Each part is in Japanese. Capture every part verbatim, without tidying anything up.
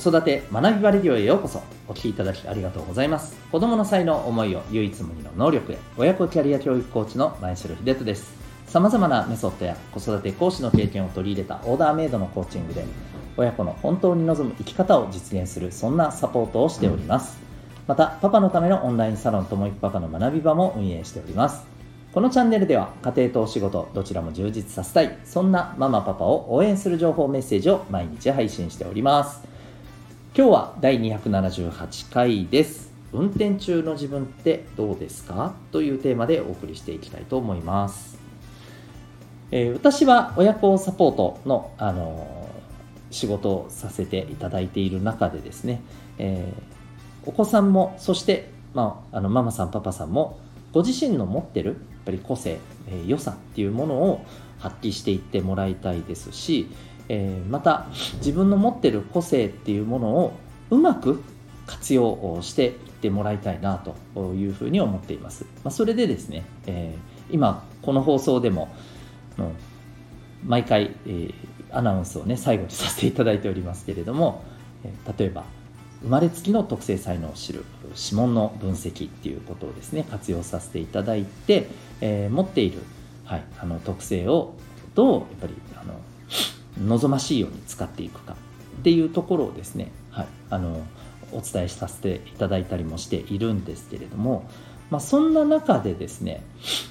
育て学びバレディオへようこそ。お聞きいただきありがとうございます。子供の才能、思いを唯一無二の能力へ、親子キャリア教育コーチの前城秀人です。様々なメソッドや子育て講師の経験を取り入れたオーダーメイドのコーチングで、親子の本当に望む生き方を実現する、そんなサポートをしております。また、パパのためのオンラインサロンともいくパパの学び場も運営しております。このチャンネルでは、家庭とお仕事どちらも充実させたい、そんなママパパを応援する情報メッセージを毎日配信しております。今日はだいにひゃくななじゅうはちかいです。運転中の自分ってどうですかというテーマでお送りしていきたいと思います。えー、私は親子サポートの、あのー、仕事をさせていただいている中でですね、えー、お子さんもそして、まあ、あのママさんパパさんもご自身の持ってるやっぱり個性、えー、良さっていうものを発揮していってもらいたいですし、えー、また自分の持ってる個性っていうものをうまく活用していってもらいたいなというふうに思っています。まあ、それでですね、えー、今この放送でも毎回、えー、アナウンスをね最後にさせていただいておりますけれども、えー、例えば生まれつきの特性才能を知る指紋の分析っていうことをですね活用させていただいて、えー、持っている、はい、あの特性をどうやっぱりあの望ましいように使っていくかっていうところをですね、はい、あのお伝えさせていただいたりもしているんですけれども、まあ、そんな中でですね、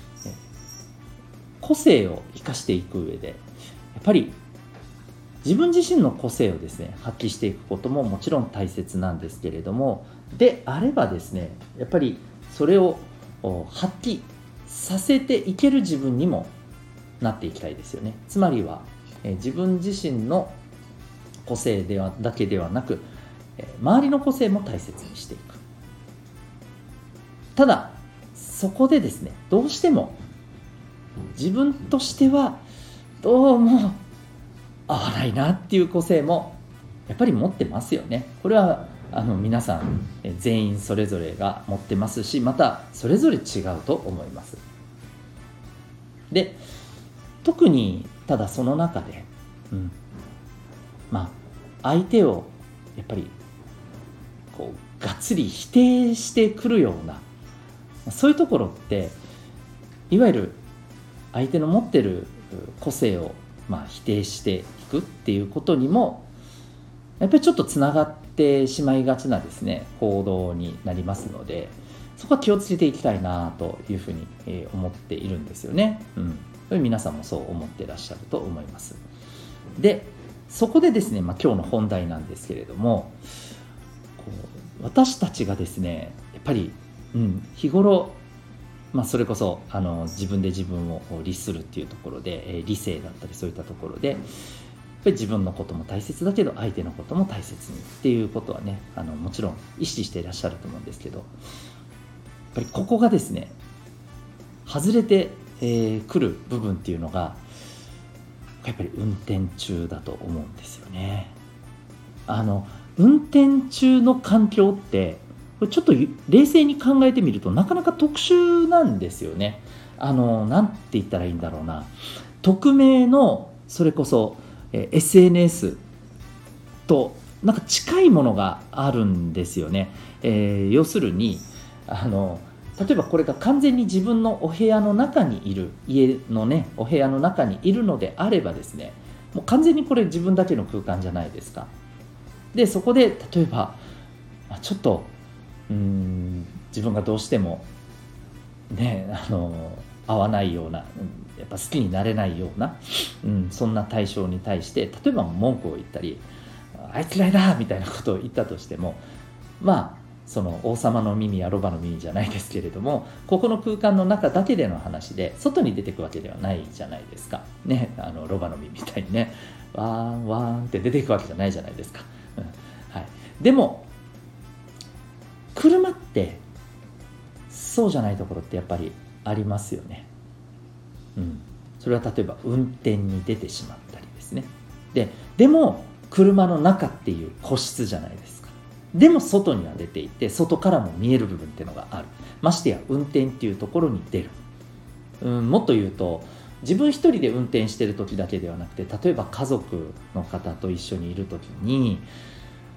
個性を生かしていく上でやっぱり自分自身の個性をですね発揮していくことももちろん大切なんですけれども、であればですねやっぱりそれを発揮させていける自分にもなっていきたいですよね。つまりはえ自分自身の個性ではだけではなく、え周りの個性も大切にしていく。ただそこでですねどうしても自分としてはどうも合わないなっていう個性もやっぱり持ってますよね。これはあの皆さんえ全員それぞれが持ってますし、またそれぞれ違うと思います。で特にただその中で、うん、まあ相手をやっぱりこうがっつり否定してくるようなそういうところっていわゆる相手の持ってる個性をまあ否定していくっていうことにもやっぱりちょっとつながってしまいがちなですね行動になりますので、そこは気をつけていきたいなというふうに思っているんですよね。うん皆さんもそう思っていらっしゃると思います。で、そこでですね、まあ、今日の本題なんですけれども、こう私たちがですね、やっぱり、うん、日頃、まあ、それこそあの自分で自分を律するっていうところで、えー、理性だったりそういったところで、やっぱり自分のことも大切だけど相手のことも大切にっていうことはね、あのもちろん意識していらっしゃると思うんですけど、やっぱりここがですね、外れてえー、来る部分っていうのがやっぱり運転中だと思うんですよね。あの運転中の環境ってこれちょっと冷静に考えてみるとなかなか特殊なんですよね。あのなんて言ったらいいんだろうな、匿名のそれこそ、えー、エスエヌエス となんか近いものがあるんですよね。えー、要するにあの例えばこれが完全に自分のお部屋の中にいる家のねお部屋の中にいるのであればですね、もう完全にこれ自分だけの空間じゃないですか。でそこで例えばちょっとうーん自分がどうしてもねあの合わないような、やっぱ好きになれないような、うん、そんな対象に対して例えば文句を言ったりあいつ嫌いだみたいなことを言ったとしても、まあその王様の耳やロバの耳じゃないですけれども、ここの空間の中だけでの話で外に出てくわけではないじゃないですかね。あのロバの耳みたいにねワーンワーンって出ていくわけじゃないじゃないですか、うんはい、でも車ってそうじゃないところってやっぱりありますよね、うん、それは例えば運転に出てしまったりですね。で、でも車の中っていう個室じゃないですか。でも外には出ていて外からも見える部分っていうのがある。ましてや運転っていうところに出る、うん、もっと言うと自分一人で運転してる時だけではなくて、例えば家族の方と一緒にいる時に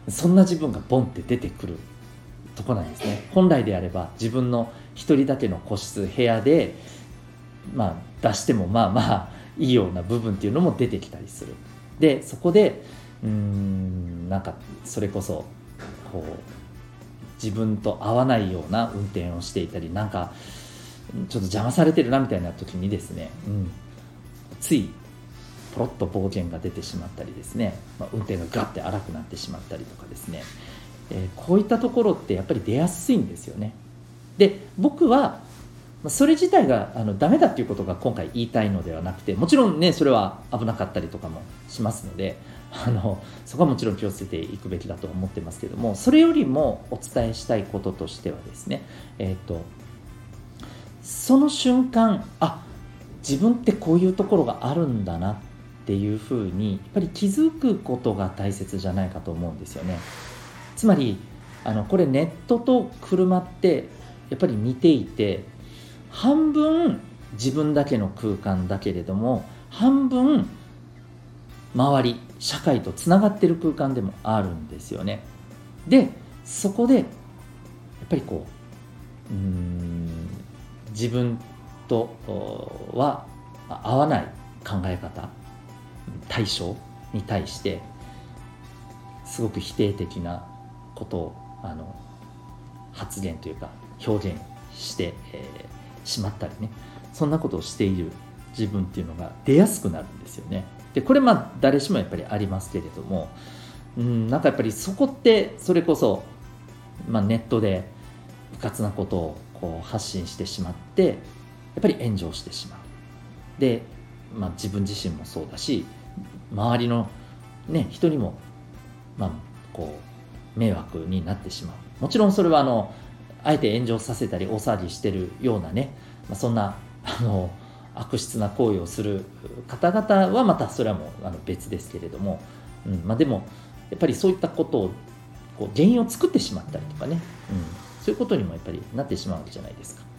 そんな自分がボンって出てくるとこなんですね。本来であれば自分の一人だけの個室部屋で、まあ、出してもまあまあいいような部分っていうのも出てきたりする。でそこでうーんなんかそれこそこう自分と合わないような運転をしていたり、なんかちょっと邪魔されてるなみたいな時にですね、うん、ついポロッと暴言が出てしまったりですね、まあ、運転がガッて荒くなってしまったりとかですね、えー、こういったところってやっぱり出やすいんですよね。で僕はそれ自体があのダメだっていうことが今回言いたいのではなくて、もちろんねそれは危なかったりとかもしますので、あのそこはもちろん気をつけていくべきだと思ってますけども、それよりもお伝えしたいこととしてはですね、えーとその瞬間、あ、自分ってこういうところがあるんだなっていうふうにやっぱり気づくことが大切じゃないかと思うんですよね。つまりあのこれネットと車ってやっぱり似ていて、半分自分だけの空間だけれども半分周り社会とつながっている空間でもあるんですよね。でそこでやっぱりこう、うーん自分とは合わない考え方、対象に対してすごく否定的なことをあの発言というか表現して、えー、しまったりね、そんなことをしている自分っていうのが出やすくなるんですよね。でこれまあ誰しもやっぱりありますけれども、うん、なんかやっぱりそこってそれこそ、まあ、ネットでうかつなことをこう発信してしまってやっぱり炎上してしまう。で、まあ、自分自身もそうだし周りの、ね、人にも、まあ、こう迷惑になってしまう。もちろんそれはあのあえて炎上させたり大騒ぎしてるようなね、まあ、そんなあの悪質な行為をする方々はまたそれはもうあの別ですけれども、うんまあ、でもやっぱりそういったことをこう原因を作ってしまったりとかね、うん、そういうことにもやっぱりなってしまうわけじゃないですか。や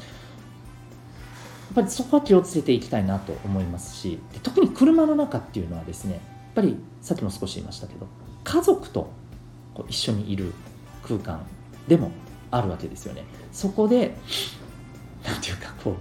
っぱりそこは気をつけていきたいなと思いますし、で特に車の中っていうのはですね、やっぱりさっきも少し言いましたけど家族とこう一緒にいる空間でもあるわけですよね。そこでなんていうかこう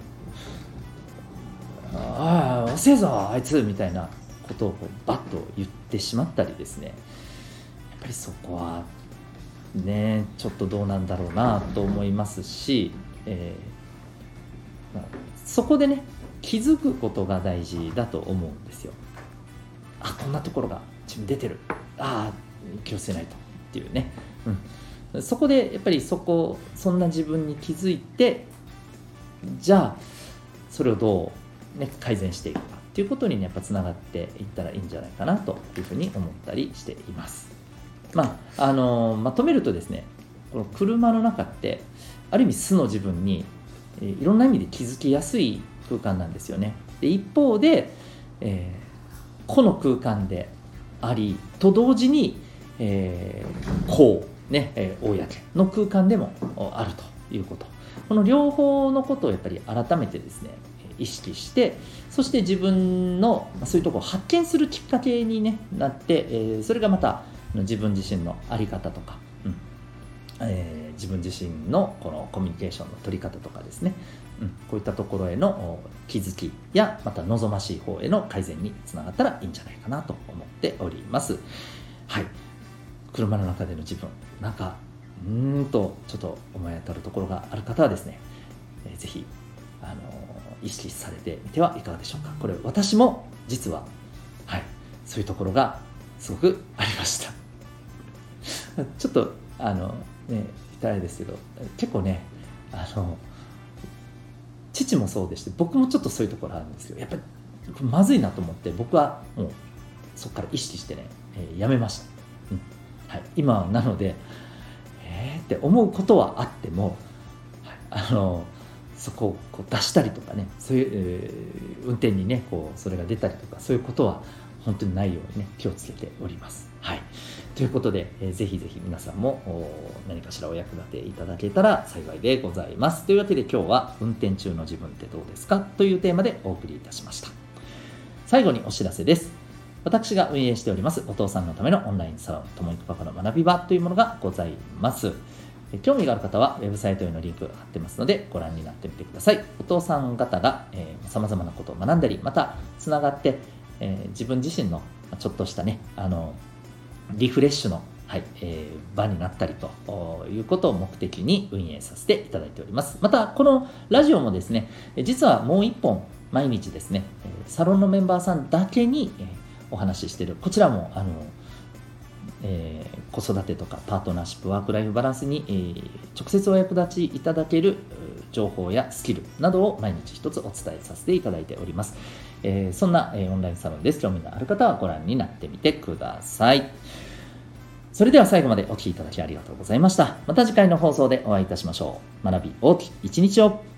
ああ遅えぞあいつみたいなことをこうバッと言ってしまったりですね、やっぱりそこはねちょっとどうなんだろうなと思いますし、えーまあ、そこでね気づくことが大事だと思うんですよ。あ、こんなところが自分出てる、ああ気をつけないとっていうね、うん、そこでやっぱりそこそんな自分に気づいて、じゃあそれをどう、ね、改善していくかっていうことに、ね、やっぱつながっていったらいいんじゃないかなというふうに思ったりしています。まああのまとめるとですね、この車の中ってある意味素の自分にいろんな意味で気づきやすい空間なんですよね。で一方で、えー、個の空間でありと同時に、えー、公、ねえー、公の空間でもあるということ、この両方のことをやっぱり改めてですね意識して、そして自分のそういうところを発見するきっかけに、ね、なって、えー、それがまた自分自身の在り方とか、うんえー、自分自身のこのコミュニケーションの取り方とかですね、うん、こういったところへの気づきやまた望ましい方への改善につながったらいいんじゃないかなと思っております。はい、車の中での自分なんかうーんとちょっと思い当たるところがある方はですね、えー、ぜひあのー、意識されてみてはいかがでしょうか。これ私も実は、はい、そういうところがすごくありましたちょっとあのね言ったらあれですけど結構ねあの父もそうでして、僕もちょっとそういうところあるんですよ。やっぱりまずいなと思って僕はもうそこから意識してね、えー、やめました、うんはい、今はなのでえーって思うことはあっても、はい、あのそこをこう出したりとかね、そういう、えー、運転にねこうそれが出たりとかそういうことは本当にないようにね気をつけております。はい、ということで、えー、ぜひぜひ皆さんも何かしらお役立ていただけたら幸いでございます。というわけで今日は運転中の自分ってどうですかというテーマでお送りいたしました。最後にお知らせです。 私が運営しておりますお父さんのためのオンラインサロンともいくパパの学び場というものがございます。興味がある方はウェブサイトへのリンク貼ってますのでご覧になってみてください。お父さん方がさまざまなことを学んだり、またつながって、えー、自分自身のちょっとしたねあのリフレッシュの、はいえー、場になったりということを目的に運営させていただいております。またこのラジオもですね、実はもう一本毎日ですねサロンのメンバーさんだけにお話ししている、こちらもあのえー、子育てとかパートナーシップワークライフバランスに、えー、直接お役立ちいただける情報やスキルなどを毎日一つお伝えさせていただいております。えー、そんな、えー、オンラインサロンです。興味がある方はご覧になってみてください。それでは最後までお聞きいただきありがとうございました。また次回の放送でお会いいたしましょう。学び大きい一日を。